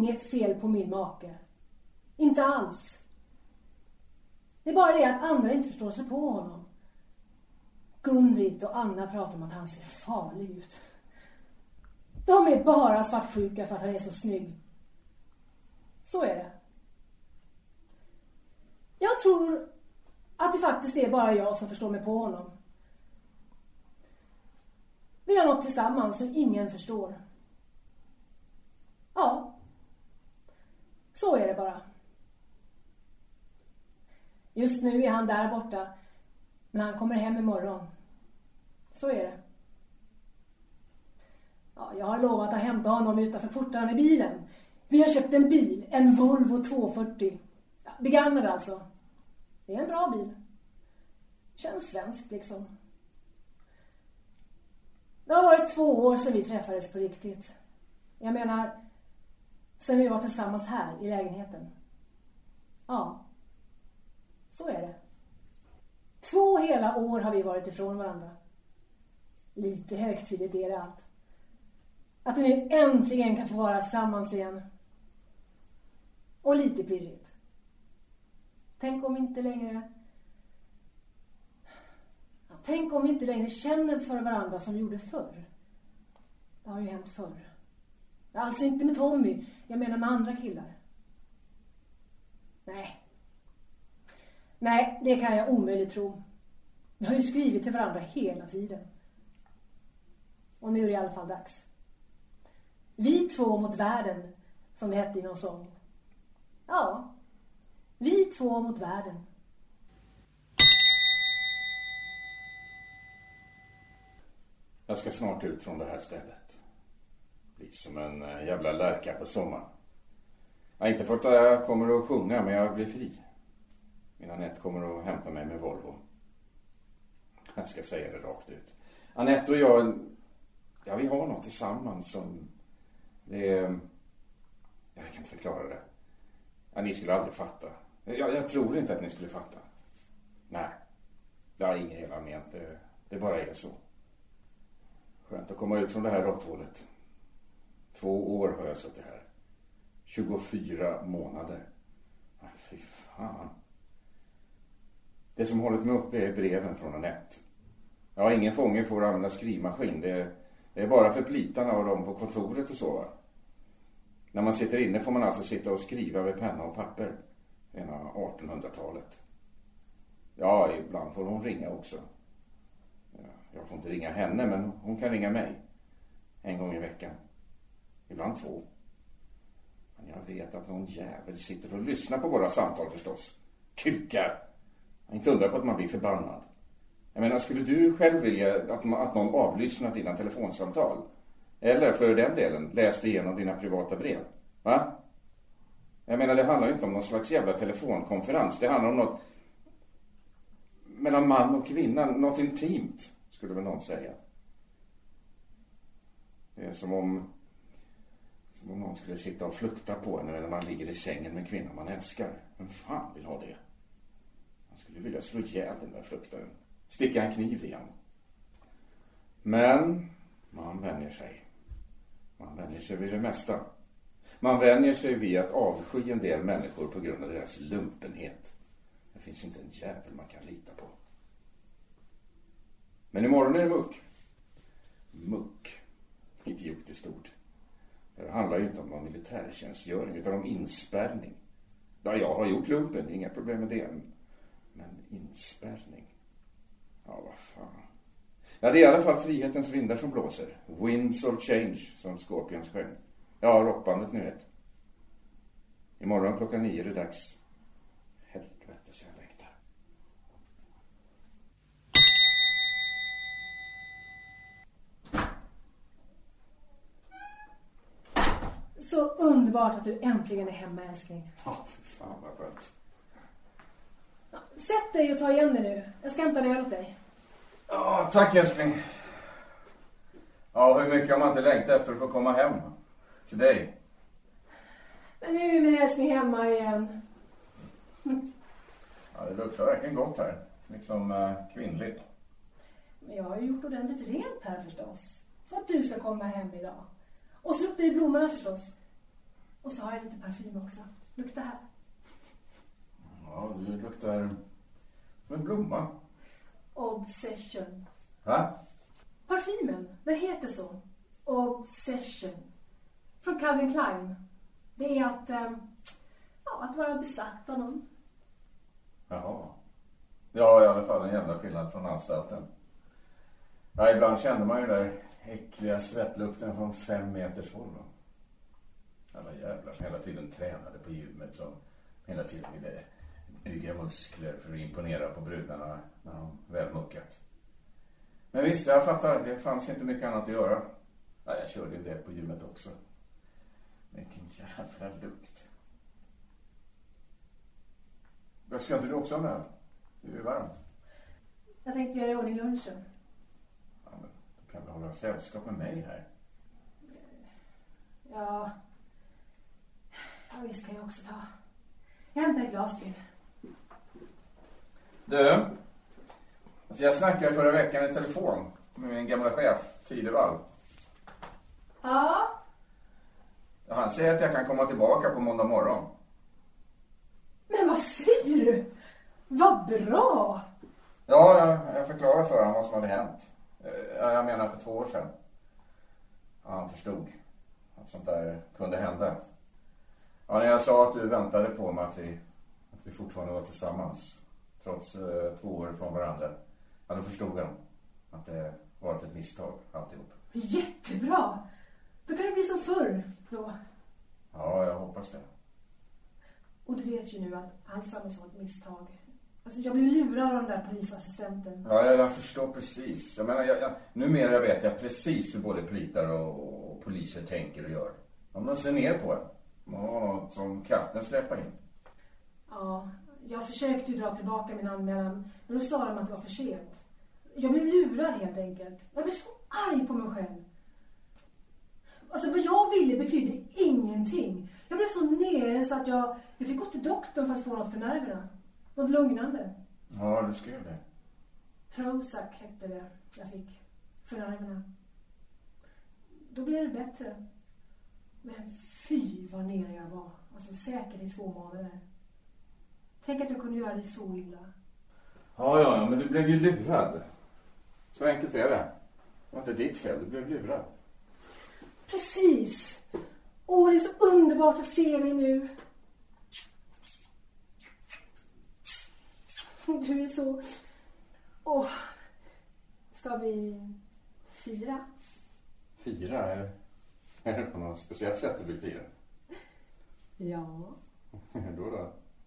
inget fel på min make. Inte alls. Det är bara det att andra inte förstår sig på honom. Gun-Britt och Anna pratar om att han ser farlig ut. De är bara svartsjuka för att han är så snygg. Så är det. Jag tror att det faktiskt är bara jag som förstår mig på honom. Vi har något tillsammans som ingen förstår. Ja. Så är det bara. Just nu är han där borta. Men han kommer hem imorgon. Så är det. Ja, jag har lovat att hämta honom utanför portarna med bilen. Vi har köpt en bil. En Volvo 240. Ja, begagnad alltså. Det är en bra bil. Känns svenskt liksom. Det har varit 2 år sedan vi träffades på riktigt. Jag menar, sen vi var tillsammans här i lägenheten. Ja, så är det. 2 hela år har vi varit ifrån varandra. Lite högtidligt är det allt. Att vi nu äntligen kan få vara tillsammans igen. Och lite pirrigt. Tänk om vi inte längre känner för varandra som vi gjorde förr. Det har ju hänt förr. Alltså inte med Tommy, jag menar med andra killar. Nej, det kan jag omöjligt tro. Vi har ju skrivit till varandra hela tiden. Och nu är det i alla fall dags. Vi 2 mot världen, som det hette i någon sång. Ja, vi 2 mot världen. Jag ska snart ut från det här stället. Blir som en jävla lärka på sommaren. Jag har inte fått att jag kommer att sjunga, men jag blir fri. Min Anette kommer att hämta mig med Volvo. Jag ska säga det rakt ut. Anette och jag, ja, vi har något tillsammans som det är... Jag kan inte förklara det. Ja, ni skulle aldrig fatta. Jag tror inte att ni skulle fatta. Nej, det är inget hela ment. Det bara är så. Skönt att komma ut från det här råtthålet. 2 år har jag suttit här. 24 månader. Fy fan. Det som hållit mig uppe är breven från Anette. Ja, ingen fånge får använda skrivmaskin. Det är bara för plitarna och dem på kontoret och så, va? När man sitter inne får man alltså sitta och skriva med penna och papper. Ena 1800-talet. Ja, ibland får hon ringa också. Ja, jag får inte ringa henne, men hon kan ringa mig. 1 gång i veckan. Ibland 2. Men jag vet att någon jävel sitter och lyssnar på våra samtal förstås. Kukar! Jag inte undrar på att man blir förbannad. Jag menar, skulle du själv vilja att någon avlyssnar dina telefonsamtal? Eller för den delen, läste igenom dina privata brev? Va? Jag menar, det handlar ju inte om någon slags jävla telefonkonferens. Det handlar om något mellan man och kvinna. Något intimt, skulle väl någon säga. Det är som om någon skulle sitta och flukta på en när man ligger i sängen med kvinnan man älskar. Vem fan vill ha det? Man skulle vilja slå ihjäl den där fluktaren. Sticka en kniv i han. Men man vänjer sig. Man vänjer sig vid det mesta. Man vänjer sig vid att avsky en del människor på grund av deras lumpenhet. Det finns inte en jävel man kan lita på. Men imorgon är det muck. Muck. Idiotiskt ord. Det handlar ju inte om någon militärtjänstgöring utan om inspärrning. Ja, jag har gjort lumpen, inga problem med det. Men inspärrning. Ja, vad fan. Ja, det är i alla fall frihetens vindar som blåser. Winds of change, som Scorpions sjöng. Ja, rockbandet nu vet. Imorgon klockan 9 är det dags. Helvete så jag längtar. Så underbart att du äntligen är hemma, älskling. Ja, för fan vad skönt. Ja, sätt dig och ta igen det nu. Jag ska hämta en öl åt dig. Ja, tack älskling. Ja, hur mycket har man inte längtat efter att få komma hem till dig? Men nu är min älskling hemma igen. Ja, det luktar verkligen gott här. Liksom kvinnligt. Men jag har ju gjort ordentligt rent här förstås. För att du ska komma hem idag. Och så luktar ju blommorna förstås. Och så har jag lite parfym också. Lukta här. Ja, du luktar som en blomma. Obsession. Va? Parfymen, den heter så. Obsession. Från Calvin Klein. Det är att vara besatt av någon. Jaha. Ja, i alla fall en jävla skillnad från anstalten. Ja, ibland kände man ju där äckliga svettlukten från 5 meters håll. Alla jävlar som hela tiden tränade på gymmet, som hela tiden ville bygga muskler för att imponera på brudarna när de väl muckat. Men visst, jag fattar, det fanns inte mycket annat att göra. Ja, jag körde ju det på gymmet också. Vilken jävla lukt. Jag ska inte du också ha med? Det är ju varmt. Jag tänkte göra i ordning lunchen. Ja, men du kan väl hålla sällskap med mig här? Ja, visst kan jag också ta. Jag hämtar ett glas till. Du, alltså jag snackade förra veckan i telefon med min gamla chef, Tidevall. Ja? Han säger att jag kan komma tillbaka på måndag morgon. Men vad säger du? Vad bra! Ja, jag förklarar för honom vad som hade hänt. Jag menar för 2 år sedan. Ja, han förstod att sånt där kunde hända. Ja, när jag sa att du väntade på mig att vi fortfarande var tillsammans, trots 2 år från varandra. Ja, då förstod han att det varit ett misstag alltihop. Jättebra! Då kan det bli som förr då. Ja, jag hoppas det. Och du vet ju nu att alltsammans var ett misstag. Alltså jag blev lurad av den där polisassistenten. Ja, jag förstår precis. Jag menar, numera vet jag precis hur både plitar och poliser tänker och gör. Om de ser ner på en. Man har något som katten släpper in. Ja, jag försökte ju dra tillbaka min anmälan. Men då sa de att det var för sent. Jag blev lurad helt enkelt. Jag blev så arg på mig själv. Alltså vad jag ville betydde ingenting. Jag blev så nere så att jag fick gå till doktorn för att få något för nerverna. Något lugnande. Ja, du skrev det. Prozac hette det jag fick för nerverna. Då blev det bättre. Men fy vad nere jag var. Alltså säkert i 2 månader. Tänk att jag kunde göra det så illa. Ja, men du blev ju lurad. Så enkelt är det. Det var inte ditt fel, du blev lurad. Precis. Åh, det är så underbart att se dig nu. Du är så... Åh. Ska vi fira? Fira? Är det på något speciellt sätt du vill fira? Ja. Då?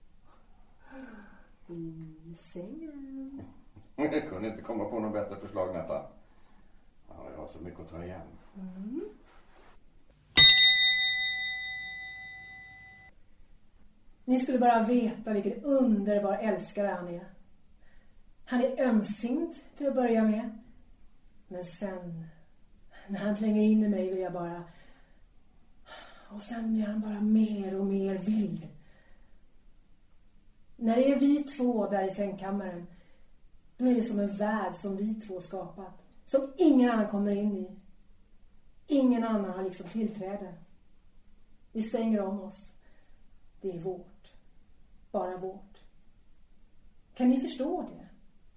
I sängen. Jag kunde inte komma på något bättre förslag, Netta. Ja, jag har så mycket att ta igen. Mm. Ni skulle bara veta vilken underbar älskare han är. Han är ömsint till att börja med. Men sen, när han tränger in i mig vill jag bara... Och sen blir han bara mer och mer vild. När det är vi 2 där i sängkammaren, då är det som en värld som vi 2 skapat. Som ingen annan kommer in i. Ingen annan har liksom tillträde. Vi stänger om oss. Det är vårt. Bara vårt. Kan ni förstå det?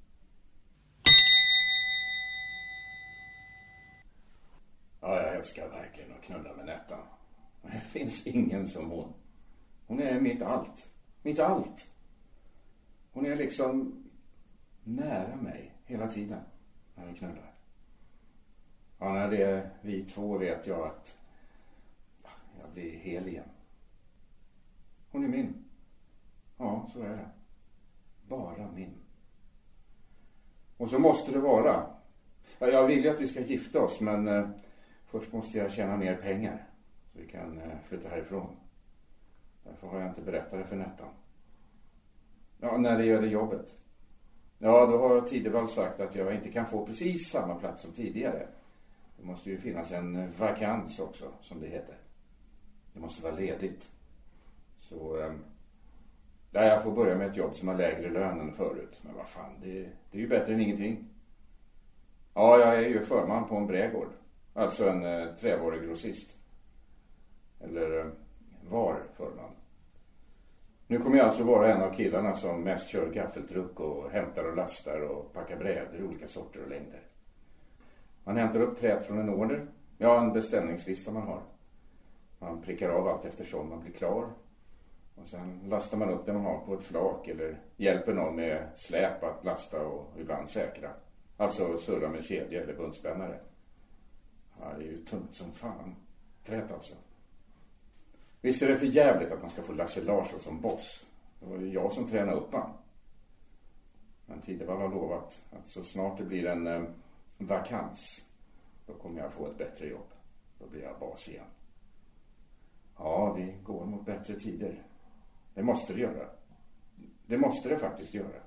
Ja, jag älskar verkligen att knulla med Netta. Det finns ingen som hon. Hon är mitt allt. Mitt allt. Hon är liksom nära mig hela tiden när vi knullar. Ja, när det är vi 2 vet jag att jag blir hel igen. Hon är min. Ja, så är det. Bara min. Och så måste det vara. Ja, jag vill ju att vi ska gifta oss, men först måste jag tjäna mer pengar. Så vi kan flytta härifrån. Därför har jag inte berättat det för Nettan. Ja, när det gäller jobbet. Ja, då har Tidevall sagt att jag inte kan få precis samma plats som tidigare. Det måste ju finnas en vakans också, som det heter. Det måste vara ledigt. Så jag får börja med ett jobb som har lägre lön än förut. Men vad fan, det är ju bättre än ingenting. Ja, jag är ju förman på en brädgård. Alltså en trävarugrossist. Eller Var förman. Nu kommer jag alltså vara en av killarna som mest kör gaffeltruck och hämtar och lastar och packar brädor i olika sorter och längder. Man hämtar upp träd från en order. Ja, en beställningslista man har. Man prickar av allt eftersom man blir klar. Och sen lastar man upp det man har på ett flak eller hjälper någon med släp att lasta och ibland säkra. Alltså surra med kedja eller bundspännare. Ja, det är ju tungt som fan. Trätt alltså. Visst är det för jävligt att man ska få Lasse Larsson som boss. Det var ju jag som tränade upp han. Men Tidevall har lovat att så snart det blir en vakans, då kommer jag få ett bättre jobb. Då blir jag bas igen. Ja, vi går mot bättre tider. Det måste det göra. Det måste det faktiskt göra.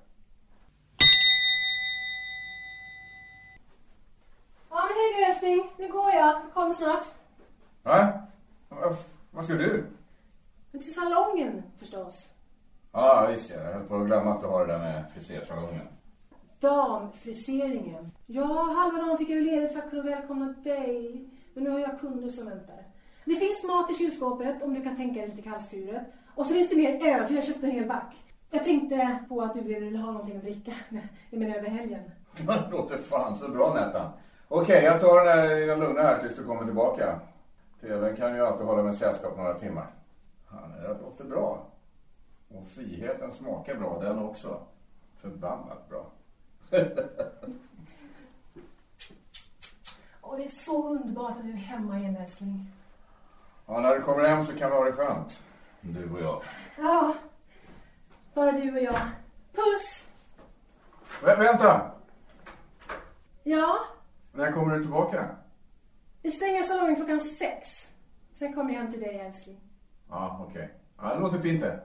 Ja, men hej du älskling. Nu går jag. Kommer snart. Ja? Vad ska du? Men till salongen förstås. Ja, visst. Jag höll på att glömma att du har det där med frisersalongen. Damfriseringen. Ja, halva dagen fick jag ledigt för att kunna välkomna dig. Men nu har jag kunder som väntar. Det finns mat i kylskåpet om du kan tänka dig lite kallskuret. Och så finns det mer öl för jag köpte en hel back. Jag tänkte på att du ville ha någonting att dricka. Jag menar över helgen. Det låter fan så bra, Nettan. Okej, jag tar den där lugna här tills du kommer tillbaka. TVn kan ju alltid hålla med sällskap några timmar. Ja, det låter bra. Och friheten smakar bra, den också. Förbannat bra. Och det är så underbart att du är hemma igen, älskling. Ja, när du kommer hem så kan det vara skönt. Du och jag. Ja, bara du och jag. Puss! Vänta! Ja? När kommer du tillbaka? Vi stänger salongen 6:00. Sen kommer jag hem till dig, älskling. Ja, okej. Ja, det låter fint det.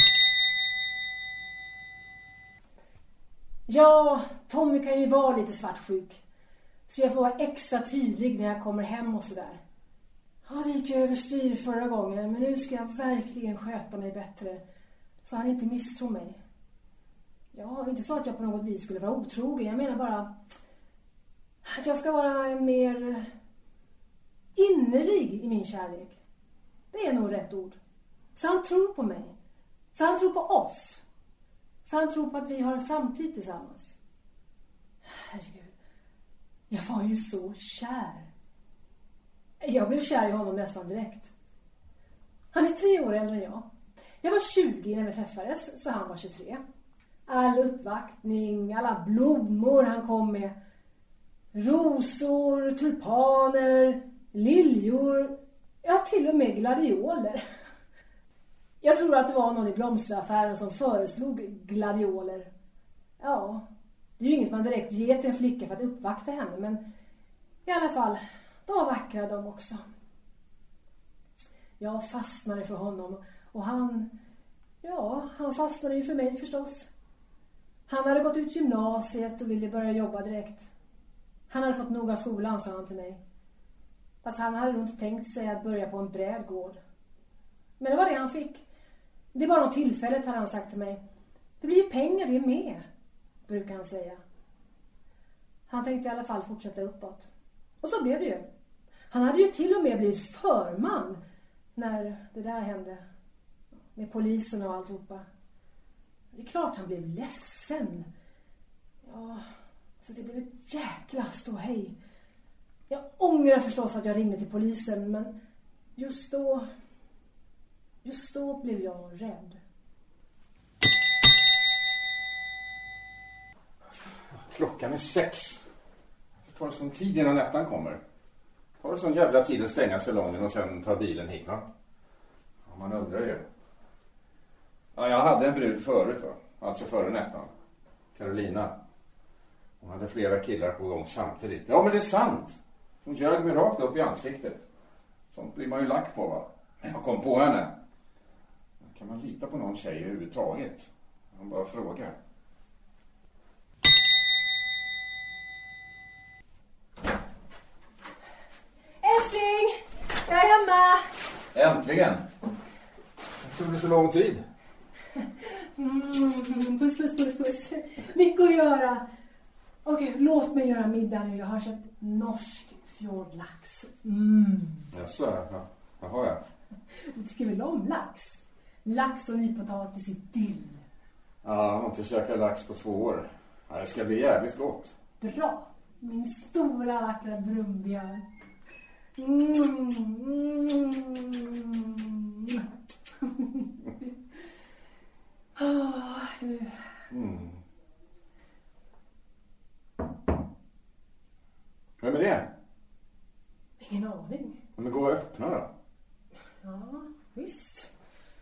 Ja, Tommy kan ju vara lite svartsjuk. Så jag får vara extra tydlig när jag kommer hem och sådär. Ja, det gick ju överstyr förra gången. Men nu ska jag verkligen sköta mig bättre. Så han inte misstror mig. Ja, inte så att jag på något vis skulle vara otrogen. Jag menar bara att jag ska vara mer innerlig i min kärlek. Det är nog rätt ord. Så han tror på mig. Så han tror på oss. Så han tror på att vi har en framtid tillsammans. Herregud. Jag var ju så kär. Jag blev kär i honom nästan direkt. Han är 3 år äldre än jag. Jag var 20 när vi träffades, så han var 23. All uppvaktning, alla blommor han kom med. Rosor, tulpaner, liljor. Ja, till och med gladioler. Jag tror att det var någon i blomsteraffären som föreslog gladioler. Ja, det är ju inget man direkt ger till en flicka för att uppvakta henne. Men i alla fall, de var vackra de också. Jag fastnade för honom. Och han fastnade ju för mig förstås. Han hade gått ut gymnasiet och ville börja jobba direkt. Han hade fått nog av skolan, sa han till mig. Fast han hade nog inte tänkt sig att börja på en brädgård. Men det var det han fick. Det var något tillfället, hade han sagt till mig. Det blir ju pengar det med, brukar han säga. Han tänkte i alla fall fortsätta uppåt. Och så blev det ju. Han hade ju till och med blivit förman när det där hände. Med polisen och alltihopa. Det är klart han blev ledsen. Ja, så det blev ett jäkla ståhej. Jag ångrar förstås att jag ringde till polisen, men just då blev jag rädd. Klockan är 6. Det tar sån tid innan Nettan kommer. Tar det sån jävla tid att stänga salongen och sen ta bilen hit, va? Ja, man undrar ju. Ja, jag hade en brud förut, va? Alltså före Nettan. Carolina. Hon hade flera killar på gång samtidigt. Ja, men det är sant. Hon ljög mig rakt upp i ansiktet. Sånt blir man ju lack på, va? Men jag kom på henne. Kan man lita på någon tjej överhuvudtaget? Man bara frågar. Älskling! Jag är hemma! Äntligen! Det tog det så lång tid. Puss. Mycket att göra. Okej, låt mig göra middag nu. Jag har köpt norsk fjordlax. Jaså, jaha, ja. Du tycker väl om lax? Lax och nypotatis i dill. Ja, jag har inte käkat lax på 2 år. Ja, det ska bli jävligt gott. Bra. Min stora vackra brunnbjörn. Vem är det? Ingen aning. Men gå och öppna då. Ja, visst.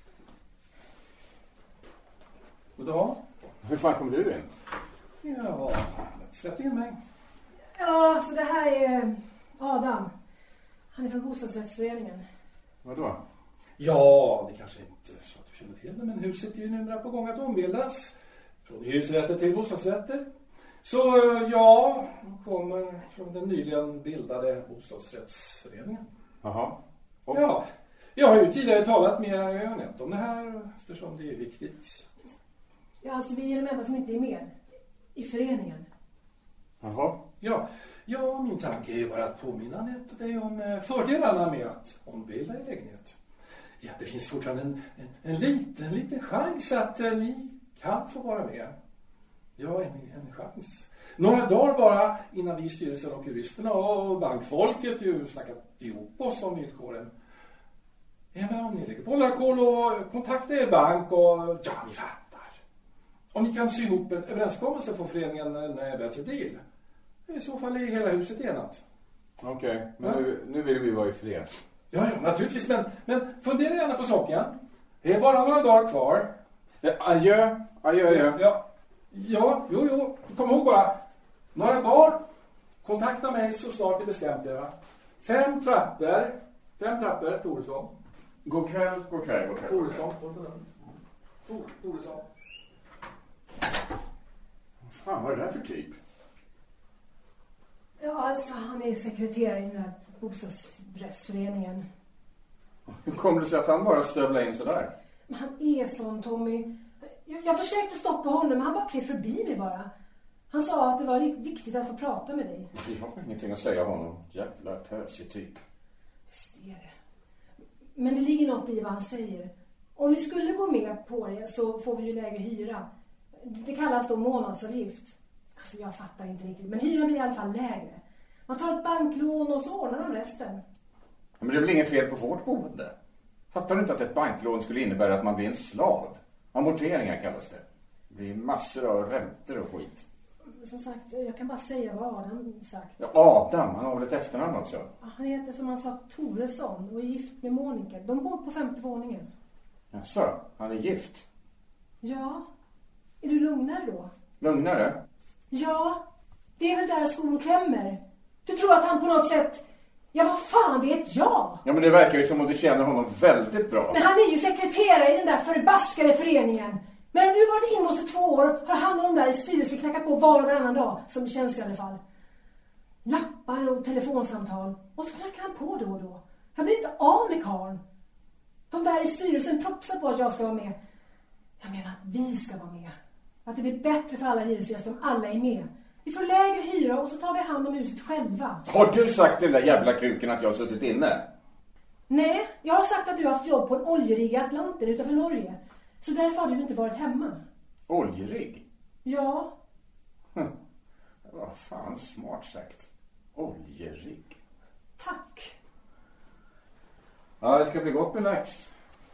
Goddag. Hur fan kom du in? Ja, släpp in mig. Ja, så det här är Adam. Han är från bostadsrättsföreningen. Vadå? Ja, det kanske inte så att du känner till det, men huset är ju numera på gång att ombildas. Från hyresrätter till bostadsrätter. Så ja, kommer från den nyligen bildade bostadsrättsföreningen. Jaha. Och? Ja, jag har ju tidigare talat med Anette om det här eftersom det är viktigt. Ja, alltså vi är de enda som inte är med i föreningen. Jaha. Ja, min tanke är ju bara att påminna Anette och dig om fördelarna med att ombilda i lägenhet. Ja, det finns fortfarande en liten chans att ni kan få vara med. Ja, en chans. Några dagar bara innan vi i styrelsen och juristerna och bankfolket ju snackat ihop oss om villkoren. Ja, men om ni lägger på några kol och kontaktar er bank och ja, ni fattar. Om ni kan sy ihop en överenskommelse för föreningen en bättre deal. I så fall är hela huset enat. Okej, men nu vill vi vara i fred. Ja, naturligtvis. Men fundera gärna på saken. Det är bara några dagar kvar. Adjö. Ja, jo. Kom ihåg bara. Några dagar. Kontakta mig så snart det bestämt är. 5 trappor, Toresson. God kväll. Toresson. Fan, vad är det där för typ? Ja, alltså han är sekreterare i den här bostadsrättsföreningen. Hur kommer det sig att han bara stövlar in sådär? Men han är sån, Tommy. Jag försökte stoppa honom, men han bara klev förbi mig bara. Han sa att det var viktigt att få prata med dig. Jag har ingenting att säga honom. Jävla pösig typ. Visst är det. Men det ligger något i vad han säger. Om vi skulle gå med på det så får vi ju lägre hyra. Det kallas då månadsavgift. Alltså jag fattar inte riktigt. Men hyran blir i alla fall lägre. Man tar ett banklån och så ordnar de resten. Men det är väl inget fel på vårt boende? Fattar du inte att ett banklån skulle innebära att man blir en slav? Amorteringar kallas det. Det blir massor av räntor och skit. Som sagt, jag kan bara säga vad Adam sagt. Ja, Adam, han har väl ett efternamn också? Han heter som han sa Toresson och är gift med Monica. De bor på 5:e våningen. Jaså, han är gift? Ja. Är du lugnare då? Lugnare? Ja, det är väl där skon klämmer. Du tror att han på något sätt... Ja, vad fan vet jag? Ja, men det verkar ju som om du känner honom väldigt bra. Men han är ju sekreterare i den där förbaskade föreningen. Men om du varit inne hos i 2 år har han och de där i styrelsen knackat på var och varannan dag, som det känns i alla fall. Lappar och telefonsamtal. Och så knackar han på då och då. Jag blir inte av med karln. De där i styrelsen propsar på att jag ska vara med. Jag menar att vi ska vara med. Att det blir bättre för alla hyresgäster om alla är med. Vi får lägre hyra och så tar vi hand om huset själva. Har du sagt till den där jävla kuken att jag har suttit inne? Nej, jag har sagt att du har haft jobb på en oljerigg i Atlanten utanför Norge. Så därför har du inte varit hemma. Oljerigg? Ja. Vad fan smart sagt. Oljerigg. Tack. Ja, det ska bli gott med lax.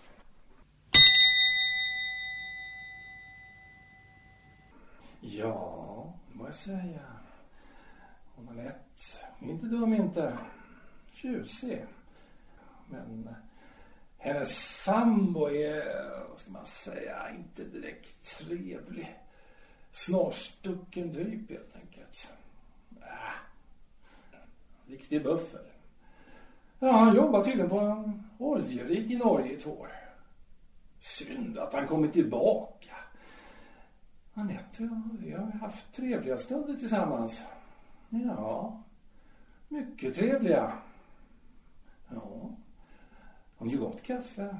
Ja, det må jag säga. Hon är lätt. Inte dum inte. Tjusig. Men hennes sambo är, vad ska man säga, inte direkt trevlig. Snarstucken typ helt enkelt. Riktig buffel. Ja, han jobbar tydligen på en oljerigg i Norge i 2 år. Synd att han kommer tillbaka. Anette, vi har haft trevliga stunder tillsammans. Ja, mycket trevliga. Ja, hon gör gott kaffe.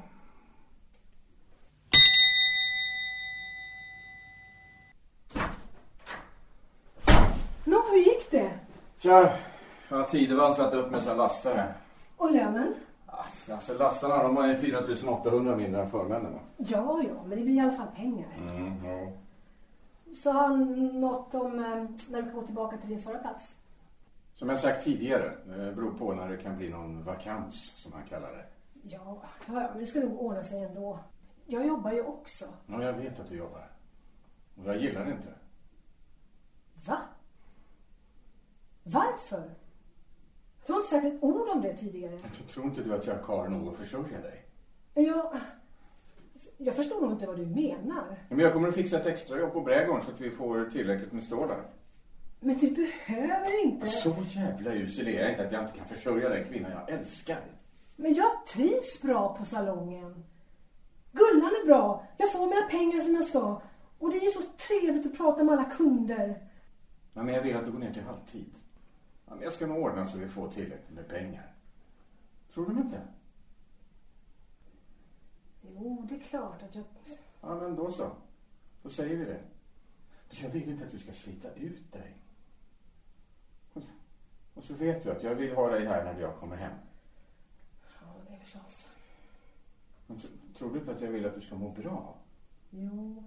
Nå, hur gick det? Tja, ja, Tidevann satt upp med sin lastare. Och lönen? Alltså lastarna, de är 4800 mindre än förmännen. Ja, men det blir i alla fall pengar. Ja. Så har han något om när du kan gå tillbaka till din förra plats? Som jag sagt tidigare, det beror på när det kan bli någon vakans, som han kallar det. Ja, men det ska nog ordna sig ändå. Jag jobbar ju också. Ja, jag vet att du jobbar. Och jag gillar det inte. Va? Varför? Du har inte sagt ett ord om det tidigare. Jag tror inte du att jag är karl nog att försörja dig. Jag förstår nog inte vad du menar. Men jag kommer att fixa ett extra jobb på brädgården så att vi får tillräckligt med stålar. Men du behöver inte... Så jävla usel är jag inte att jag inte kan försörja den kvinnan jag älskar. Men jag trivs bra på salongen. Gullan är bra. Jag får mina pengar som jag ska. Och det är ju så trevligt att prata med alla kunder. Ja, men jag vill att du går ner till halvtid. Ja, men jag ska nog ordna så vi får tillräckligt med pengar. Tror du inte? Jo, det är klart att jag... Ja, men då så. Då säger vi det. Jag vill inte att du ska slita ut dig. Och så vet du att jag vill ha dig här när jag kommer hem. Ja, det är förstås. Men tror du inte att jag vill att du ska må bra? Jo.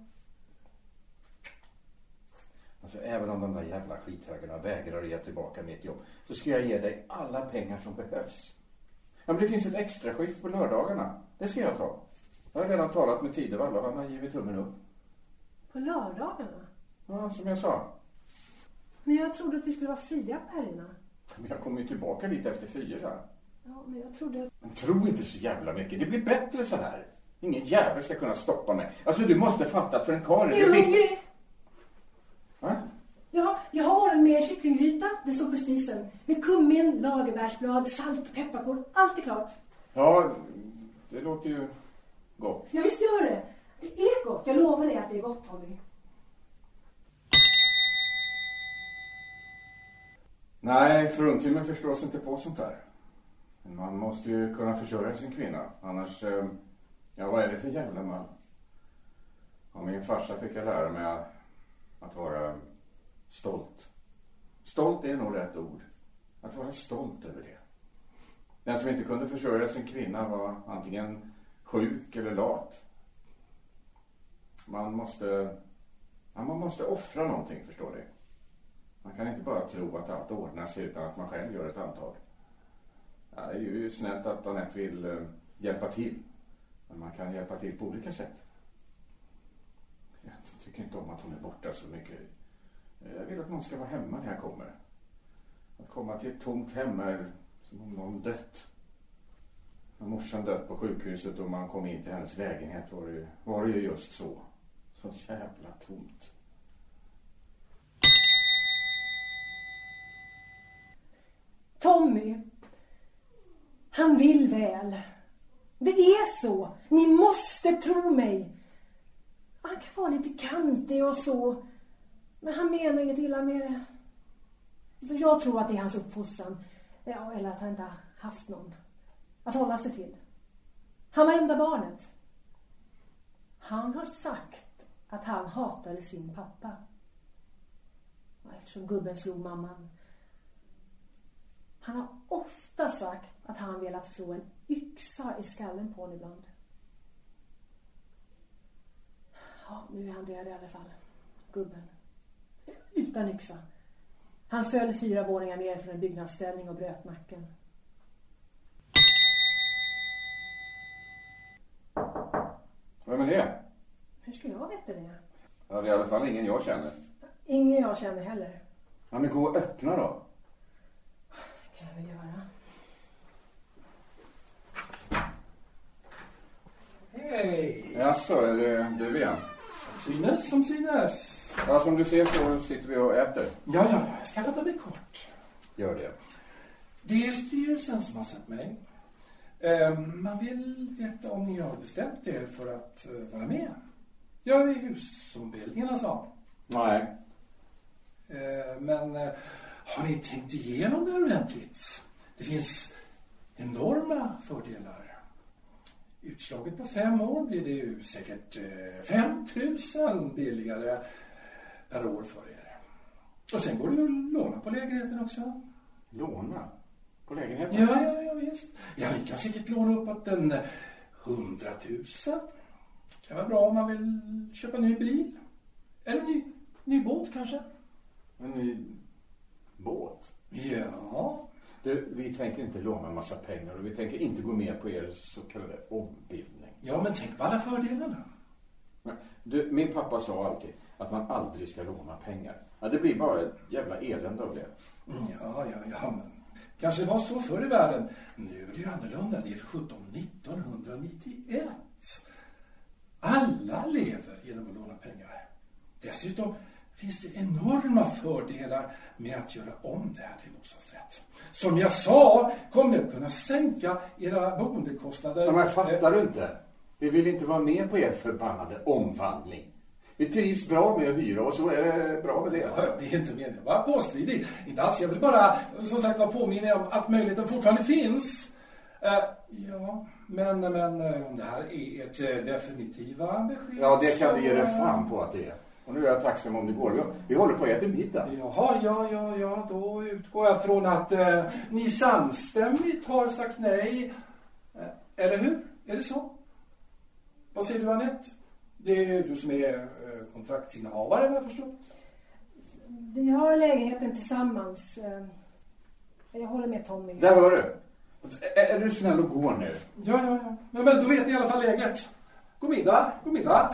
Alltså även om de där jävla skithögarna vägrar ge tillbaka mitt jobb, så ska jag ge dig alla pengar som behövs. Ja, men det finns ett extra skift på lördagarna. Det ska jag ta. Jag har redan talat med Tidevall och han har givit tummen upp. På lördagarna? Ja, som jag sa. Men jag trodde att vi skulle vara fria på helgerna. Men jag kommer ju tillbaka dit efter 4. Ja, men jag trodde... Men tro inte så jävla mycket. Det blir bättre så här. Ingen jävel ska kunna stoppa mig. Alltså du måste fatta att för en karl... Är du hungrig? Va? Ja, jag har en mer kycklinggryta. Det står på spisen. Med kummin, lagerbärsblad, salt och pepparkorn. Allt är klart. Ja, det låter ju gott. Ja, visst gör det. Det är gott. Jag lovar dig att det är gott, Tommy. Nej, fruntimmer förstås inte på sånt här. Man måste ju kunna försörja sin kvinna. Annars, ja, vad är det för jävla man? Av min farsa fick jag lära mig att vara stolt. Stolt är nog rätt ord. Att vara stolt över det. Den som inte kunde försörja sin kvinna var antingen sjuk eller lat. Man måste offra någonting, förstår du. Man kan inte bara tro att allt ordnar sig utan att man själv gör ett antag. Ja, det är ju snällt att Anette vill hjälpa till. Men man kan hjälpa till på olika sätt. Jag tycker inte om att hon är borta så mycket. Jag vill att någon ska vara hemma när jag kommer. Att komma till ett tomt hem är som om någon dött. När morsan dött på sjukhuset och man kom in till hennes lägenhet var det ju just så. Så jävla tomt. Tommy, han vill väl. Det är så. Ni måste tro mig. Han kan vara lite kantig och så. Men han menar inget illa med det. Så jag tror att det är hans uppfostran. Ja, eller att han inte har haft någon att hålla sig till. Han var enda barnet. Han har sagt att han hatade sin pappa. Eftersom gubben slog mamman. Han har ofta sagt att han velat slå en yxa i skallen på honom ibland. Ja, nu är han död i alla fall. Gubben. Utan yxa. Han föll 4 våningar ner från en byggnadsställning och bröt nacken. Vem är det? Hur ska jag veta det? Ja, det är i alla fall ingen jag känner. Ingen jag känner heller. Ja, men gå och öppna då. Kan jag väl göra. Hej! Jaså, är det du igen? Synes som synes. Ja, som du ser så sitter vi och äter. Ja, jag ska fatta mig kort. Gör det. Det är styrelsen som har sett mig. Man vill veta om ni har bestämt er för att vara med. Jag är husombildningen, alltså. Nej. Men har ni tänkt igenom det ordentligt? Det finns enorma fördelar. Utslaget på 5 år blir det ju säkert 5 000 billigare per år för er. Och sen går det ju att låna på lägenheten också. Låna? På lägenheten? Ja, visst. Ja, vi kan säkert låna uppåt 100 000. Det kan vara bra om man vill köpa en ny bil. Eller en ny båt kanske. En ny båt? Ja. Vi tänker inte låna en massa pengar och vi tänker inte gå med på er så kallade ombildning. Ja, men tänk på alla fördelarna. Min pappa sa alltid att man aldrig ska låna pengar. Ja, det blir bara ett jävla elände av det. Ja, men kanske det var så förr i världen. Nu är det ju annorlunda. Det är för 1991. Alla lever genom att låna pengar. Dessutom finns det enorma fördelar med att göra om det här till bostadsrätt. Som jag sa, kommer ni att kunna sänka era boendekostnader. Ja, men fattar du inte? Vi vill inte vara med på er förbannade omvandling. Vi trivs bra med att hyra och så är det bra med det. Ja, det är inte meningen. Bara påstridig. Inte alls. Jag vill bara, som sagt, vara påminna om att möjligheten fortfarande finns. Men om det här är ert definitiva besked. Ja, det kan du ge dig fan på att det är. Och nu är jag tacksam om det går. Vi håller på att äta middag. Jaha, ja. Då utgår jag från att ni samstämmigt har sagt nej. Eller hur? Är det så? Vad säger du, Anette? Det är du som är kontraktsinnehavare, vad jag förstår. Vi har lägenheten tillsammans. Jag håller med Tommy. Där hör du. Är du snäll och går nu? Ja. Men då vet ni i alla fall läget. God middag.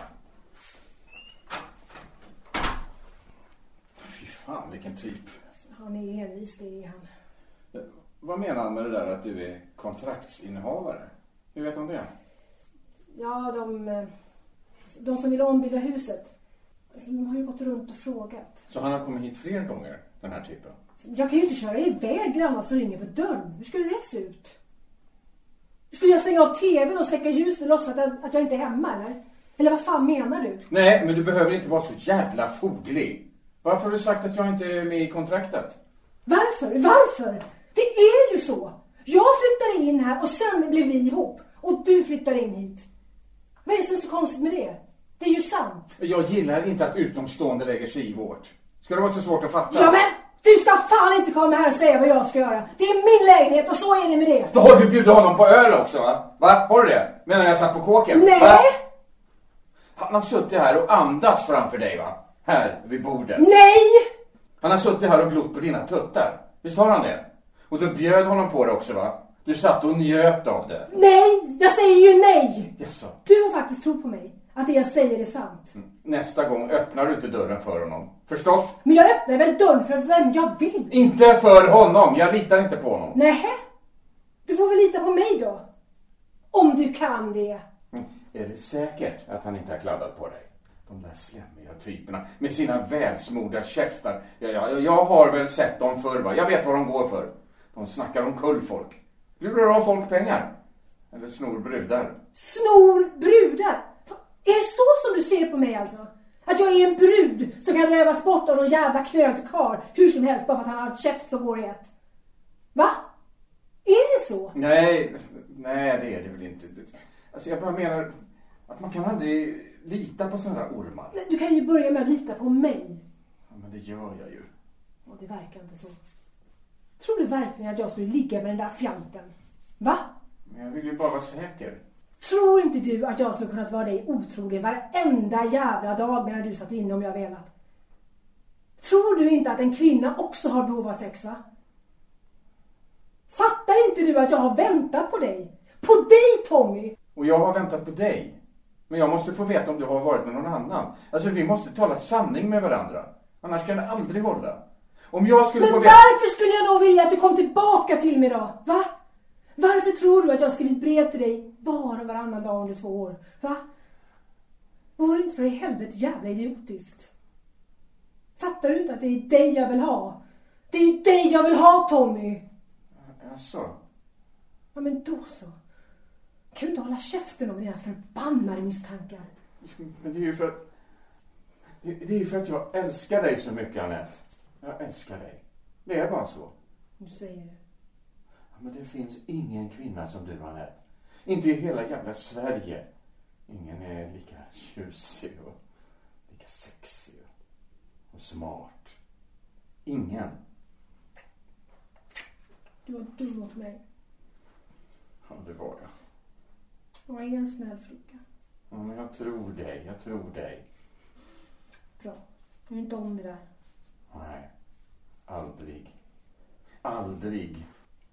Fy fan, vilken typ. Han är envis, det är han. Vad menar han med det där att du är kontraktsinnehavare? Hur vet han det? Ja, de som vill ombilda huset. De har ju gått runt och frågat. Så han har kommit hit fler gånger, den här typen? Jag kan ju inte köra iväg grannar som ringer på dörren. Hur skulle det se ut? Skulle jag stänga av tvn och släcka ljuset och låtsas att jag inte är hemma, eller? Eller vad fan menar du? Nej, men du behöver inte vara så jävla foglig. Varför har du sagt att jag inte är med i kontraktet? Varför? Det är ju så. Jag flyttade in här och sen blev vi ihop. Och du flyttade in hit. Vad är det som är så konstigt med det? Det är ju sant. Jag gillar inte att utomstående lägger sig i vårt. Ska det vara så svårt att fatta? Ja, men du ska fan inte komma här och säga vad jag ska göra. Det är min lägenhet och så är det med det. Då har du bjudit honom på öl också, va? Va? Har du det? Medan jag satt på kåken? Nej! Va? Han har suttit här och andats framför dig, va? Här vid bordet. Nej! Han har suttit här och glott på dina tuttar. Visst har han det? Och du bjöd honom på det också, va? Du satt och njöt av det. Nej! Jag säger ju nej! Jaså? Du får faktiskt tro på mig. Att det jag säger är sant. Nästa gång öppnar du inte dörren för honom. Förstått? Men jag öppnar väl dörren för vem jag vill. Inte för honom. Jag litar inte på honom. Nej. Du får väl lita på mig då. Om du kan det. Är det säkert att han inte har kladdat på dig? De där slämmiga typerna med sina välsmorda käftar. Jag har väl sett dem förr, va? Jag vet vad de går för. De snackar om kullfolk. Lurar av folk pengar. Eller snor brudar. Snor brudar? Är det så som du ser på mig alltså? Att jag är en brud som kan rövas bort av någon jävla knölt karl hur som helst bara för att han har ett käft som går i ett? Va? Är det så? Nej, det är det väl inte. Alltså jag bara menar att man kan aldrig lita på sådana där ormar. Men du kan ju börja med att lita på mig. Ja, men det gör jag ju. Och det verkar inte så. Tror du verkligen att jag skulle ligga med den där fjanten? Va? Men jag vill ju bara vara säker. Tror inte du att jag skulle kunnat vara dig otrogen varenda jävla dag medan du satt inne om jag velat? Tror du inte att en kvinna också har behov av sex, va? Fattar inte du att jag har väntat på dig? På dig, Tommy! Och jag har väntat på dig. Men jag måste få veta om du har varit med någon annan. Alltså vi måste tala sanning med varandra. Annars kan det aldrig hålla. Om jag skulle Men få varför skulle jag då vilja att du kom tillbaka till mig då? Va? Varför tror du att jag skrivit brev till dig var och varannan dag under 2 år? Va? Vore det inte för i helvete jävla idiotiskt? Fattar du inte att det är dig jag vill ha? Det är dig jag vill ha, Tommy! Alltså. Ja, men då så. Kan du inte hålla käften om dina förbannade misstankar? Men det är ju för att... Det är ju för att jag älskar dig så mycket, Anette. Jag älskar dig. Det är bara så. Du säger det. Ja, men det finns ingen kvinna som du, Anette. Inte i hela jävla Sverige. Ingen är lika tjusig och lika sexig och smart. Ingen. Du var dum mot mig. Ja, det var jag. Jag är en snäll flicka. Ja, men jag tror dig. Bra. Jag är inte om det där. Nej, aldrig.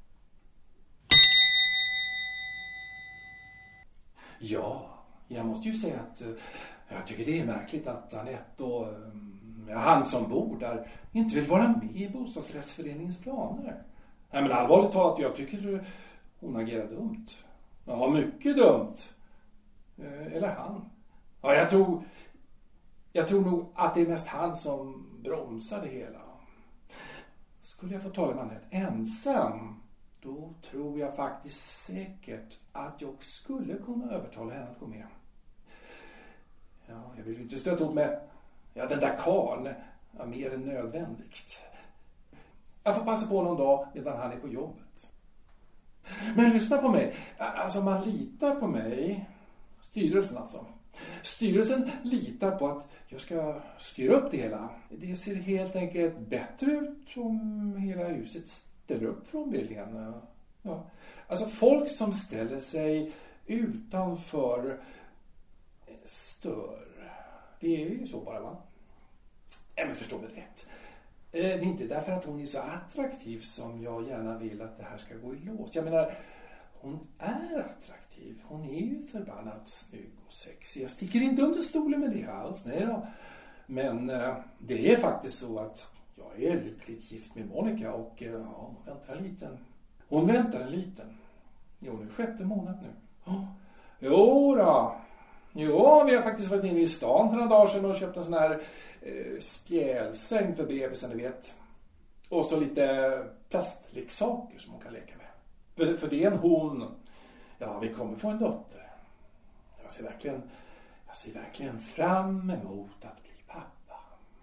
Ja, jag måste ju säga att jag tycker det är märkligt att Anette och han som bor där inte vill vara med i bostadsrättsföreningens planer. Nej, men allvarligt talat, jag tycker hon agerar dumt. Ja, mycket dumt. Eller han. Ja, jag tror nog att det är mest han som bromsar det hela. Skulle jag få tala med Anette ensam, då tror jag faktiskt säkert att jag skulle kunna övertala henne att gå med. Ja, jag vill ju inte stöta upp med den där karln mer än nödvändigt. Jag får passa på någon dag medan han är på jobbet. Men lyssna på mig. Alltså man litar på mig. Styrelsen alltså. Styrelsen litar på att jag ska styra upp det hela. Det ser helt enkelt bättre ut om hela huset ställer upp från bildningen. Ja. Alltså folk som ställer sig utanför stör. Det är ju så bara, va? Men förstå mig rätt. Det är inte därför att hon är så attraktiv som jag gärna vill att det här ska gå i lås. Jag menar, hon är attraktiv. Hon är ju förbannat snygg och sexig. Jag sticker inte under stolen med det alls. Nej då. Men det är faktiskt så att jag är lyckligt gift med Monica och hon väntar en liten. Jo, nu 6:e månad nu. Jo då. Jo, vi har faktiskt varit inne i stan för några dagar sedan och köpt en sån här spjälsäng för bebisen, ni vet. Och så lite plastleksaker som hon kan leka med. För det är en hon. Ja, vi kommer få en dotter. Jag ser verkligen fram emot att bli pappa.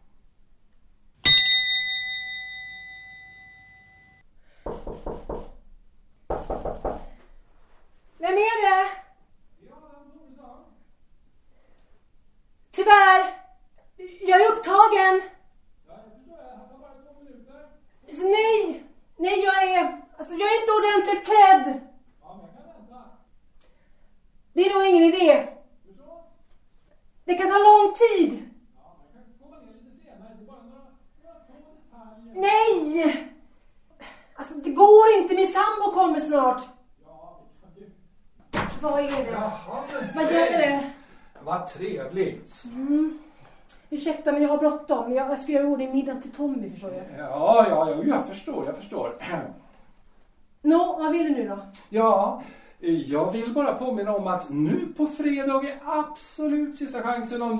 Vem är det? Tyvärr. Jag är upptagen. Nej, jag är inte ordentligt klädd. Det är nog ingen idé. Det kan ta lång tid. Nej. Alltså det går inte, min sambo kommer snart. Vad är det? Jaha, vad gäller det? Vad trevligt. Ursäkta, men jag har bråttom. Jag ska göra ordning middag till Tommy, förstår jag. Ja, jag förstår. Nå, vad vill du nu då? Ja, jag vill bara påminna om att nu på fredag är absolut sista chansen om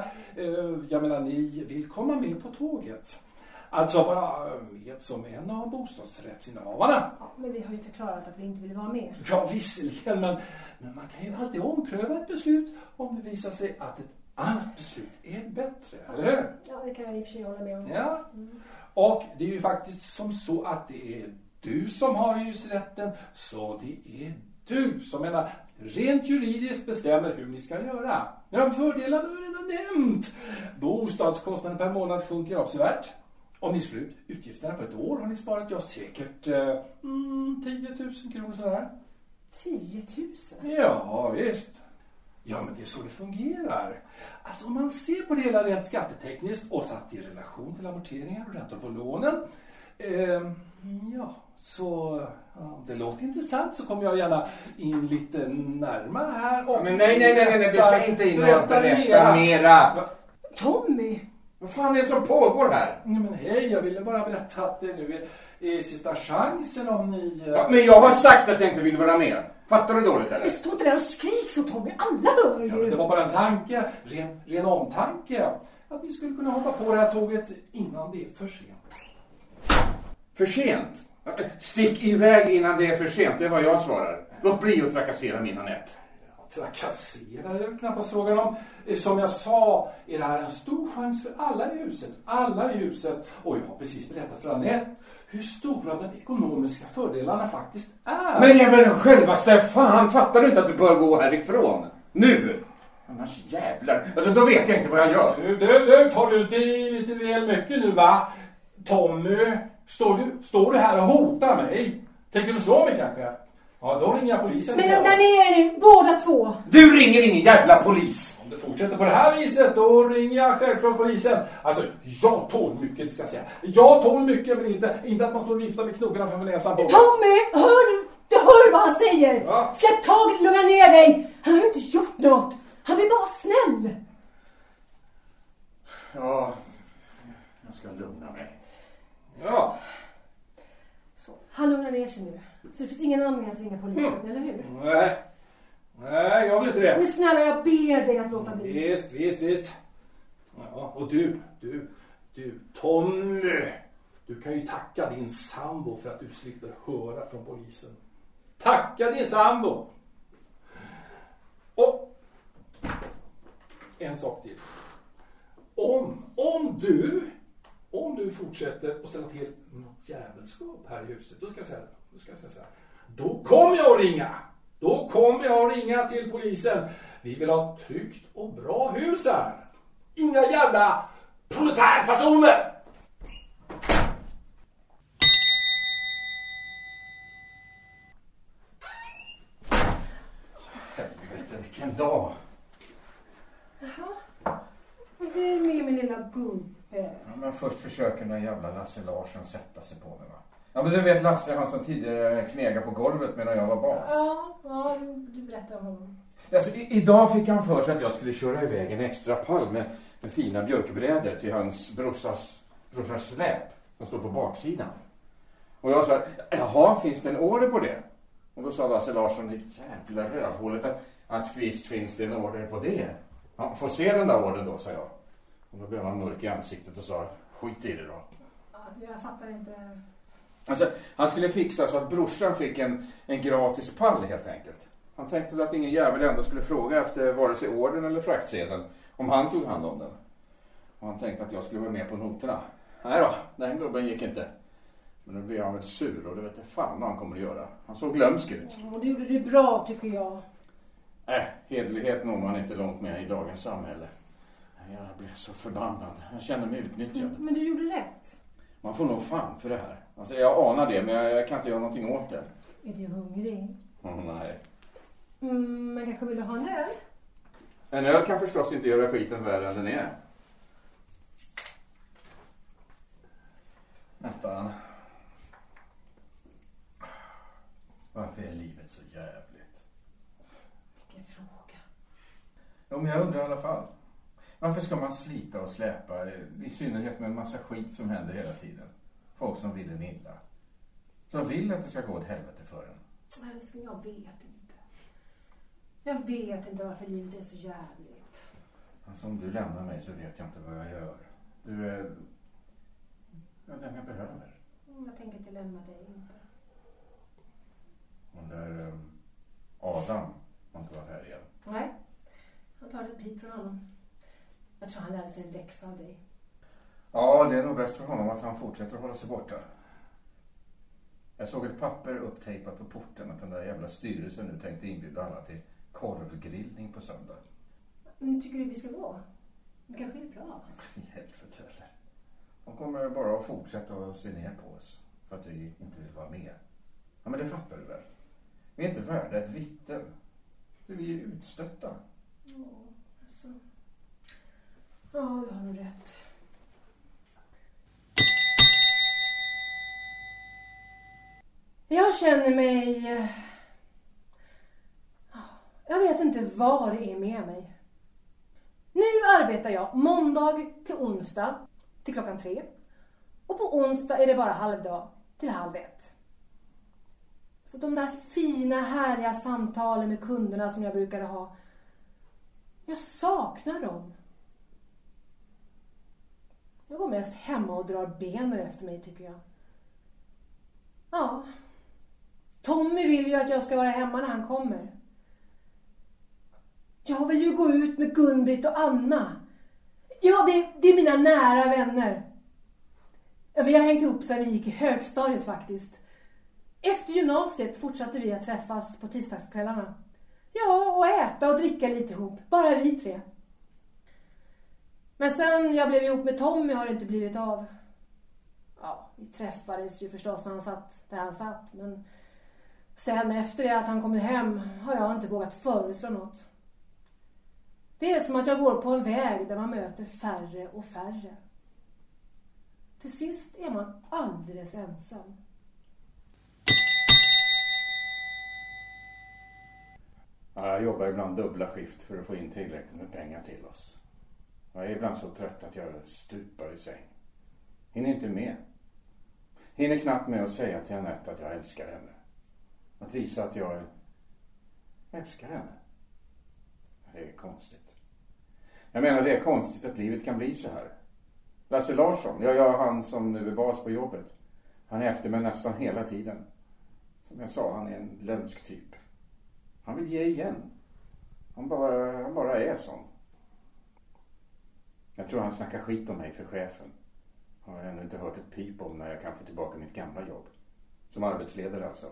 ni vill komma med på tåget. Alltså vara med som en av bostadsrättsinnehavarna. Ja, men vi har ju förklarat att vi inte vill vara med. Ja, visserligen, men man kan ju alltid ompröva ett beslut om det visar sig att ett annat beslut är bättre, eller hur? Ja, det kan jag i och för sig hålla med om. Ja, och det är ju faktiskt som så att det är du som har hyresrätten, så det är du som rent juridiskt bestämmer hur ni ska göra. Ja, fördelarna har jag redan nämnt. Bostadskostnaden per månad sjunker avsevärt. Om ni slår ut utgifterna på ett år har ni sparat säkert 10 000 kronor sådär. 10 000? Ja, visst. Ja, men det är så det fungerar. Alltså om man ser på det hela rent skattetekniskt och satt i relation till amorteringar och räntor på lånen. Så det låter intressant så kommer jag gärna in lite närmare här. Och men nej, du ska inte in och berätta mera. Tommy! Vad fan är det som pågår här? Nej, men hej, jag ville bara berätta att det nu är sista chansen om ni... Ja, men jag har sagt att jag inte vill vara med. Fattar du dåligt eller? Men stå inte där och skrik så Tommy, alla hör ju. Ja, men det var bara en tanke, ren omtanke. Att vi skulle kunna hoppa på det här tåget innan det är för sent. För sent? Stick iväg innan det är för sent, det är vad jag svarar. Låt bli att trakassera min Anette. Trakassera är det knappast frågan om. Som jag sa är det här en stor chans för alla i huset. Och jag har precis berättat för Anette hur stora de ekonomiska fördelarna faktiskt är. Men jag väl självaste fan, fattar du inte att du bör gå härifrån? Nu! Annars jävlar, alltså, då vet jag inte vad jag gör. Du tar du inte lite väl mycket nu, va? Tommy, står du här och hotar mig? Tänker du slå mig kanske? Ja, då ringer jag polisen. Men lugna ner er nu, båda två. Du ringer ingen jävla polis! Om det fortsätter på det här viset, då ringer jag självklart polisen. Alltså, jag tål mycket, det ska jag säga. Jag tål mycket, men inte att man står och viftar med knoggarna framför näsan på. Tommy, hör du? Du hör vad han säger. Ja. Släpp taget, lugna ner dig. Han har ju inte gjort något. Han vill bara vara snäll. Ja, jag ska lugna mig. Ja. Så, han lugnar ner sig nu. Så det finns ingen anledning att ringa polisen, eller hur? Nej, jag vill inte det. Men snälla, jag ber dig att låta bli. Visst. Ja, och du, Tommy. Du kan ju tacka din sambo för att du slipper höra från polisen. Tacka din sambo. Och en sak till. Om du fortsätter att ställa till något jävelskap här i huset, då ska jag säga så här. Då kommer jag att ringa till polisen. Vi vill ha ett tryggt och bra hus här. Inga jävla proletärfasoner! Helvete, vilken dag. Jaha. Vad är det med min lilla gubbe? Ja, men först försöker den jävla Lasse Larsson sätta sig på mig, va? Ja, men du vet Lasse, han som tidigare knegade på golvet medan jag var bas. Ja, du berättar om honom. Alltså, idag fick han för sig att jag skulle köra iväg en extra pall med fina björkbrädor till hans brorsars släp som står på baksidan. Och jag sa, jaha, finns det en order på det? Och då sa Lasse Larsson, det jävla rövhålet, att visst finns det en order på det. Ja, får se den där ordern då, sa jag. Och då blev han mörk i ansiktet och sa, skit i det då. Alltså, jag fattar inte. Alltså, han skulle fixa så att brorsan fick en gratis pall helt enkelt. Han tänkte väl att ingen jävel ändå skulle fråga efter vare sig orden eller fraktsedeln om han tog hand om den. Och han tänkte att jag skulle vara med på noterna. Nej då, den gubben gick inte. Men nu blev han väl sur och det vet jag fan vad han kommer att göra. Han såg glömsk ut. Och det gjorde du bra, tycker jag. Hederlighet når man inte långt med i dagens samhälle. Jag blev så förbannad. Jag kände mig utnyttjad. Men du gjorde rätt. Man får nog fan för det här. Alltså, jag anar det, men jag kan inte göra någonting åt det. Är du hungrig? Nej. Men kanske vill du ha en öl? En öl kan förstås inte göra skiten värre än den är. Nästan. Varför är livet så jävligt? Vilken fråga. Ja, men jag undrar i alla fall. Varför ska man slita och släpa, i synnerhet med en massa skit som händer hela tiden? Folk som vill en illa. Som vill att det ska gå åt helvete för en. Älskling, jag vet inte. Jag vet inte varför livet är så jävligt. Alltså, om du lämnar mig så vet jag inte vad jag gör. Du är den jag behöver. Jag tänker inte lämna dig inte. Och där Adam har inte varit här igen. Nej, jag tar ett pip från honom. Jag tror han lärde sig en läxa av dig. Ja, det är nog bäst för honom att han fortsätter att hålla sig borta. Jag såg ett papper upptejpat på porten att den där jävla styrelsen nu tänkte inbjuda alla till korvgrillning på söndag. Men tycker du vi ska gå? Det kanske är bra. Helvete heller. De kommer bara att fortsätta att se ner på oss för att vi inte vill vara med. Ja, men det fattar du väl? Vi är inte värda ett vitten. Vi är utstötta. Ja, alltså. Ja, du har nog rätt. Jag känner mig... Jag vet inte vad det är med mig. Nu arbetar jag måndag till onsdag till 3:00. Och på onsdag är det bara halvdag till 12:30. Så de där fina, härliga samtalen med kunderna som jag brukade ha. Jag saknar dem. Jag går mest hemma och drar benen efter mig, tycker jag. Ja. Tommy vill ju att jag ska vara hemma när han kommer. Jag vill ju gå ut med Gun-Britt och Anna. Ja, det är mina nära vänner. Vi har hängt ihop sedan vi gick i högstadiet faktiskt. Efter gymnasiet fortsatte vi att träffas på tisdagskvällarna. Ja, och äta och dricka lite ihop. Bara vi tre. Men sen jag blev ihop med Tommy har det inte blivit av. Ja, vi träffades ju förstås när han satt där han satt. Men sen efter det att han kommit hem har jag inte vågat föreslå något. Det är som att jag går på en väg där man möter färre och färre. Till sist är man alldeles ensam. Jag jobbar ibland dubbla skift för att få in tillräckligt med pengar till oss. Jag är ibland så trött att jag stupar i säng. Hinner inte med. Hinner knappt med att säga till Anette att jag älskar henne. Att visa att jag älskar henne. Det är konstigt. Jag menar, det är konstigt att livet kan bli så här. Lasse Larsson, han som nu är bas på jobbet. Han är efter mig nästan hela tiden. Som jag sa, han är en lömsk typ. Han vill ge igen. Han bara är sån. Jag tror han snackar skit om mig för chefen. Jag har ännu inte hört ett pip om när jag kan få tillbaka mitt gamla jobb. Som arbetsledare alltså.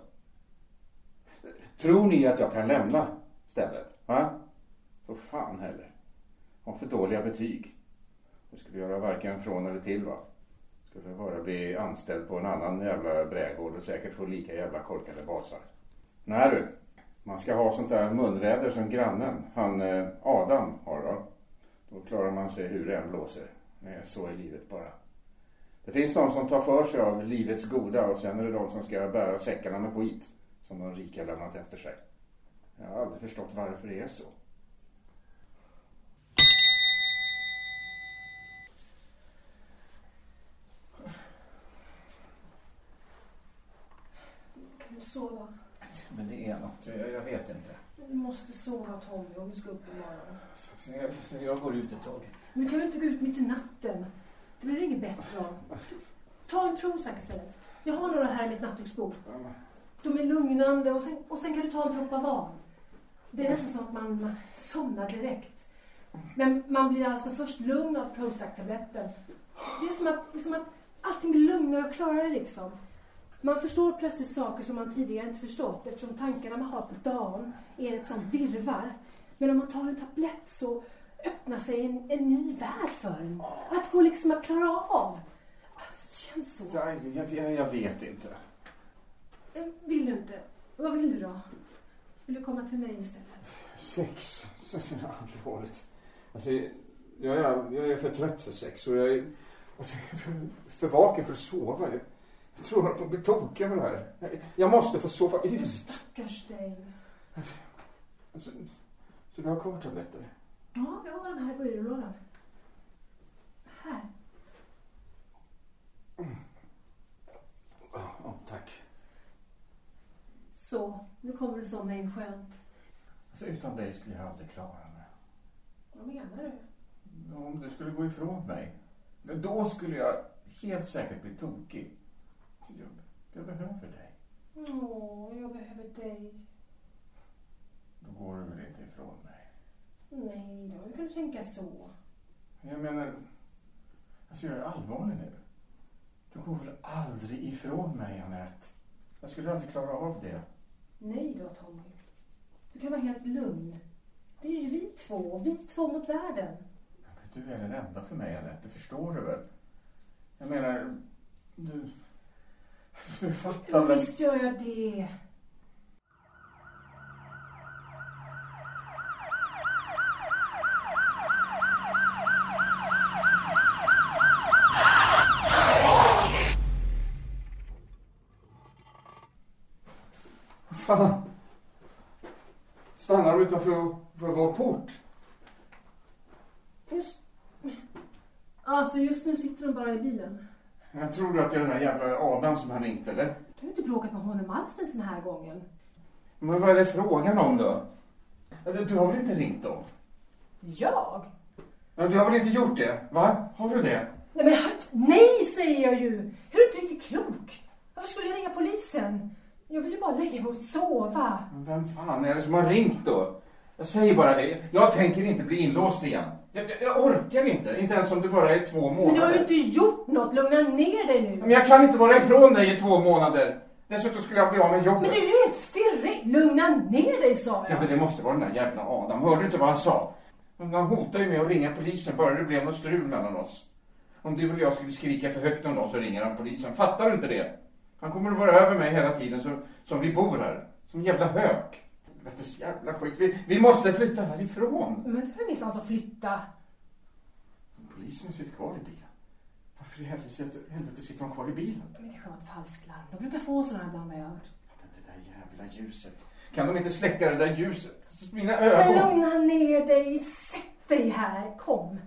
Tror ni att jag kan lämna stället? Va? Så fan heller. Har för dåliga betyg. Det skulle göra varken från eller till, va? Skulle bara bli anställd på en annan jävla brädgård och säkert få lika jävla korkade basar. Nej du. Man ska ha sånt där munväder som grannen, han Adam har då. Då klarar man sig hur det än blåser. Det är så i livet bara. Det finns de som tar för sig av livets goda och sen är det de som ska bära säckarna med skit som de rika lämnat efter sig. Jag har aldrig förstått varför det är så. Kan du sova? Men det är något, jag vet inte. Du måste sova, Tommy, om du ska upp imorgon. Jag går ut ett tag. Men du kan väl inte gå ut mitt i natten? Det blir inget bättre av. Ta en Prozac istället. Jag har några här i mitt nattduksbord. De är lugnande och sen kan du ta en Propavan. Det är nästan som att man somnar direkt. Men man blir alltså först lugn av Prozac-tabletten. Det är som att allting blir lugnare och klarare liksom. Man förstår plötsligt saker som man tidigare inte förstått eftersom tankarna man har på dagen är ett sånt virvar. Men om man tar en tablett så öppnar sig en ny värld för en. Att gå liksom att klara av. Det känns så. Jag vet inte. Vill du inte? Vad vill du då? Vill du komma till mig istället? Sex? Det har aldrig varit. Alltså, jag är för trött för sex och jag är för vaken för att sova. Jag tror att de blir tokiga med det här. Jag måste få sova ut. Stackars dig. Alltså, så du har kvar tabletter? Ja, jag har dem här i byrålådan. Här. Ja, tack. Så, nu kommer du somna in skönt. Alltså, utan dig skulle jag aldrig klara mig. Vad menar du? Om du skulle gå ifrån mig. Då skulle jag helt säkert bli tokig. Jag behöver dig. Jag behöver dig. Då går du väl inte ifrån mig? Nej, då kan du tänka så. Jag menar, alltså jag är allvarlig nu. Du går väl aldrig ifrån mig, Anette? Jag skulle aldrig klara av det. Nej då, Tommy. Du kan vara helt lugn. Det är ju vi två mot världen. Men du är den enda för mig, Anette, det förstår du väl? Jag menar, du fattar väl... Visst gör jag det. Fan. Stannar de utanför vår port? Just nu sitter de bara i bilen. Jag tror att det är den här jävla Adam som har ringt, eller? Du har inte bråkat med honom alls den här gången. Men vad är det frågan om då? Du har väl inte ringt dem? Jag? Ja, du har väl inte gjort det, va? Har du det? Nej, säger jag ju. Är du inte riktigt klok? Varför skulle jag ringa polisen? Jag vill ju bara lägga mig och sova. Men vem fan är det som har ringt då? Jag säger bara det. Jag tänker inte bli inlåst igen. Jag orkar inte. Inte ens om det bara är 2 månader. Men du har ju inte gjort något. Lugna ner dig nu. Men jag kan inte vara ifrån dig i 2 månader. Dessutom skulle jag bli av med jobbet. Men du är ju helt stirrig. Lugna ner dig, sa jag. Ja, men det måste vara den där jävla Adam. Hörde du inte vad han sa? Han hotade ju med att ringa polisen bara det blev något strul mellan oss. Om du eller jag skulle skrika för högt om någon så ringer han polisen. Fattar du inte det? Han kommer att vara över mig hela tiden som vi bor här. Som jävla hök. Det är så jävla skit. Vi måste flytta härifrån. Men det är ingenstans att flytta. Polisen sitter kvar i bilen. Varför i helvete sitter de kvar i bilen? Men det kan vara ett falsklarm. De brukar få sådana här ibland, vad jag har hört. Men det där jävla ljuset. Kan de inte släcka det där ljuset? Mina ögon. Men lugna ner dig. Sätt dig här. Kom.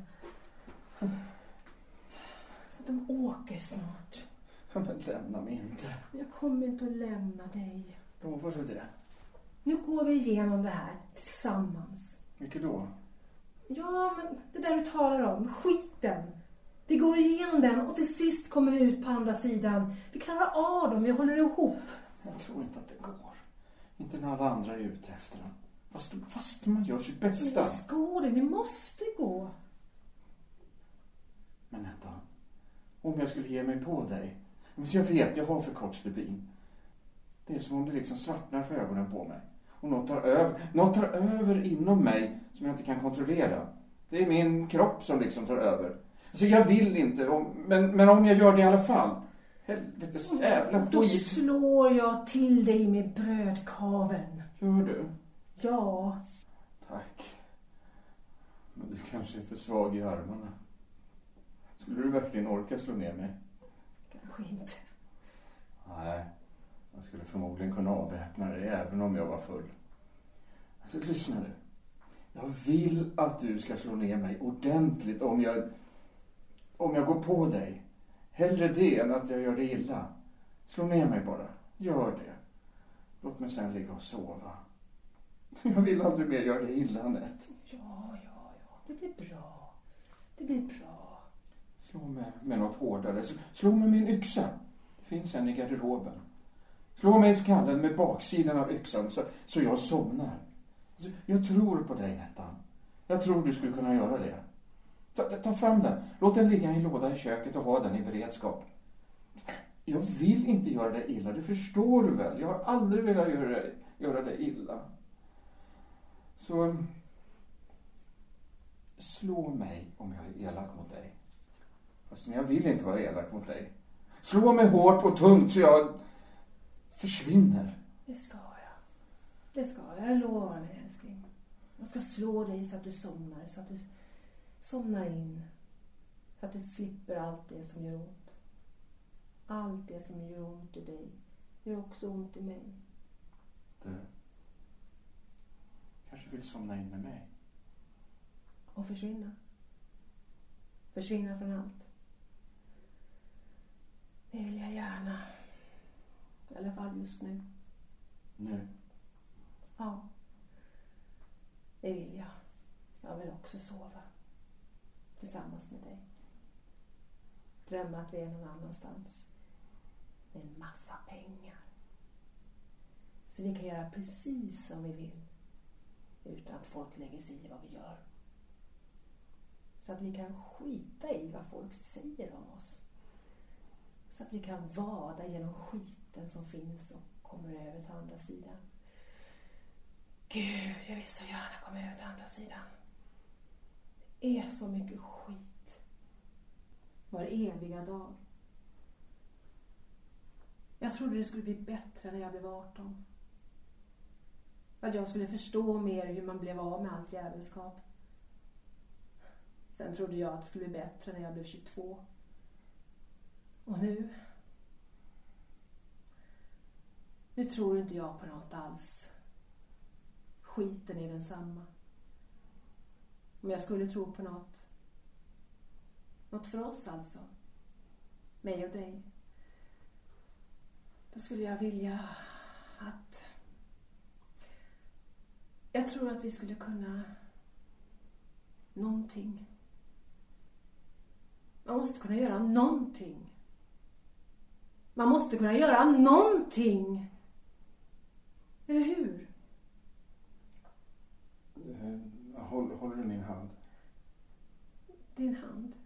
Så de åker snart. Men lämna mig inte. Jag kommer inte att lämna dig. Lovar du det? Nu går vi igenom det här tillsammans. Vilket då? Ja, men det där du talar om. Skiten. Vi går igenom den och till sist kommer vi ut på andra sidan. Vi klarar av dem. Vi håller ihop. Jag tror inte att det går. Inte när alla andra är ute efter den. Fast man gör sitt bästa. Men visst går det. Det måste gå. Men vänta. Om jag skulle ge mig på dig. Men jag vet, jag har för kort stubin. Det är som om det liksom svartnar för ögonen på mig. Och något tar över inom mig som jag inte kan kontrollera. Det är min kropp som liksom tar över. Alltså jag vill inte, men om jag gör det i alla fall. Helvetes jävla skit. Då slår jag till dig med brödkaveln. Gör du? Ja. Tack. Men du kanske är för svag i armarna. Skulle du verkligen orka slå ner mig? Kanske inte. Nej. Jag skulle förmodligen kunna avväpna dig även om jag var full. Alltså lyssna nu. Jag vill att du ska slå ner mig ordentligt om jag går på dig. Hellre det än att jag gör det illa. Slå ner mig bara. Gör det. Låt mig sen ligga och sova. Jag vill aldrig mer göra det illa, Anette. Ja. Det blir bra. Det blir bra. Slå mig med något hårdare. Slå mig med en yxa. Det finns en i garderoben. Slå mig i skallen med baksidan av yxan så jag somnar. Alltså, jag tror på dig, Nettan. Jag tror du skulle kunna göra det. Ta fram den. Låt den ligga i en låda i köket och ha den i beredskap. Jag vill inte göra det illa, det förstår du väl. Jag har aldrig velat göra det illa. Så slå mig om jag är elak mot dig. Fast jag vill inte vara elak mot dig. Slå mig hårt och tungt så jag försvinner. Det ska jag. Jag lovar mig, älskling. Jag ska slå dig så att du somnar. Så att du somnar in. Så att du slipper allt det som gör ont. Allt det som gör ont i dig gör också ont i mig. Du kanske vill somna in med mig. Och försvinna. Försvinna från allt. Det vill jag gärna. I alla fall just nu. Nu? Ja. Det vill jag. Jag vill också sova. Tillsammans med dig. Drömma att vi är någon annanstans. Med en massa pengar. Så vi kan göra precis som vi vill. Utan att folk lägger sig i vad vi gör. Så att vi kan skita i vad folk säger om oss. Så att vi kan vada genom skiten som finns och kommer över till andra sidan. Gud, jag vill så gärna komma över till andra sidan. Det är så mycket skit. Var eviga dag. Jag trodde det skulle bli bättre när jag blev 18. Att jag skulle förstå mer hur man blev av med allt jävelskap. Sen trodde jag att det skulle bli bättre när jag blev 22. Och nu? Nu tror inte jag på något alls. Skiten är densamma. Om jag skulle tro på något. Något för oss alltså. Mig och dig. Då skulle jag vilja att... Jag tror att vi skulle kunna... Någonting. Man måste kunna göra någonting. Man måste kunna göra någonting. Eller hur? Håller du min hand? Din hand?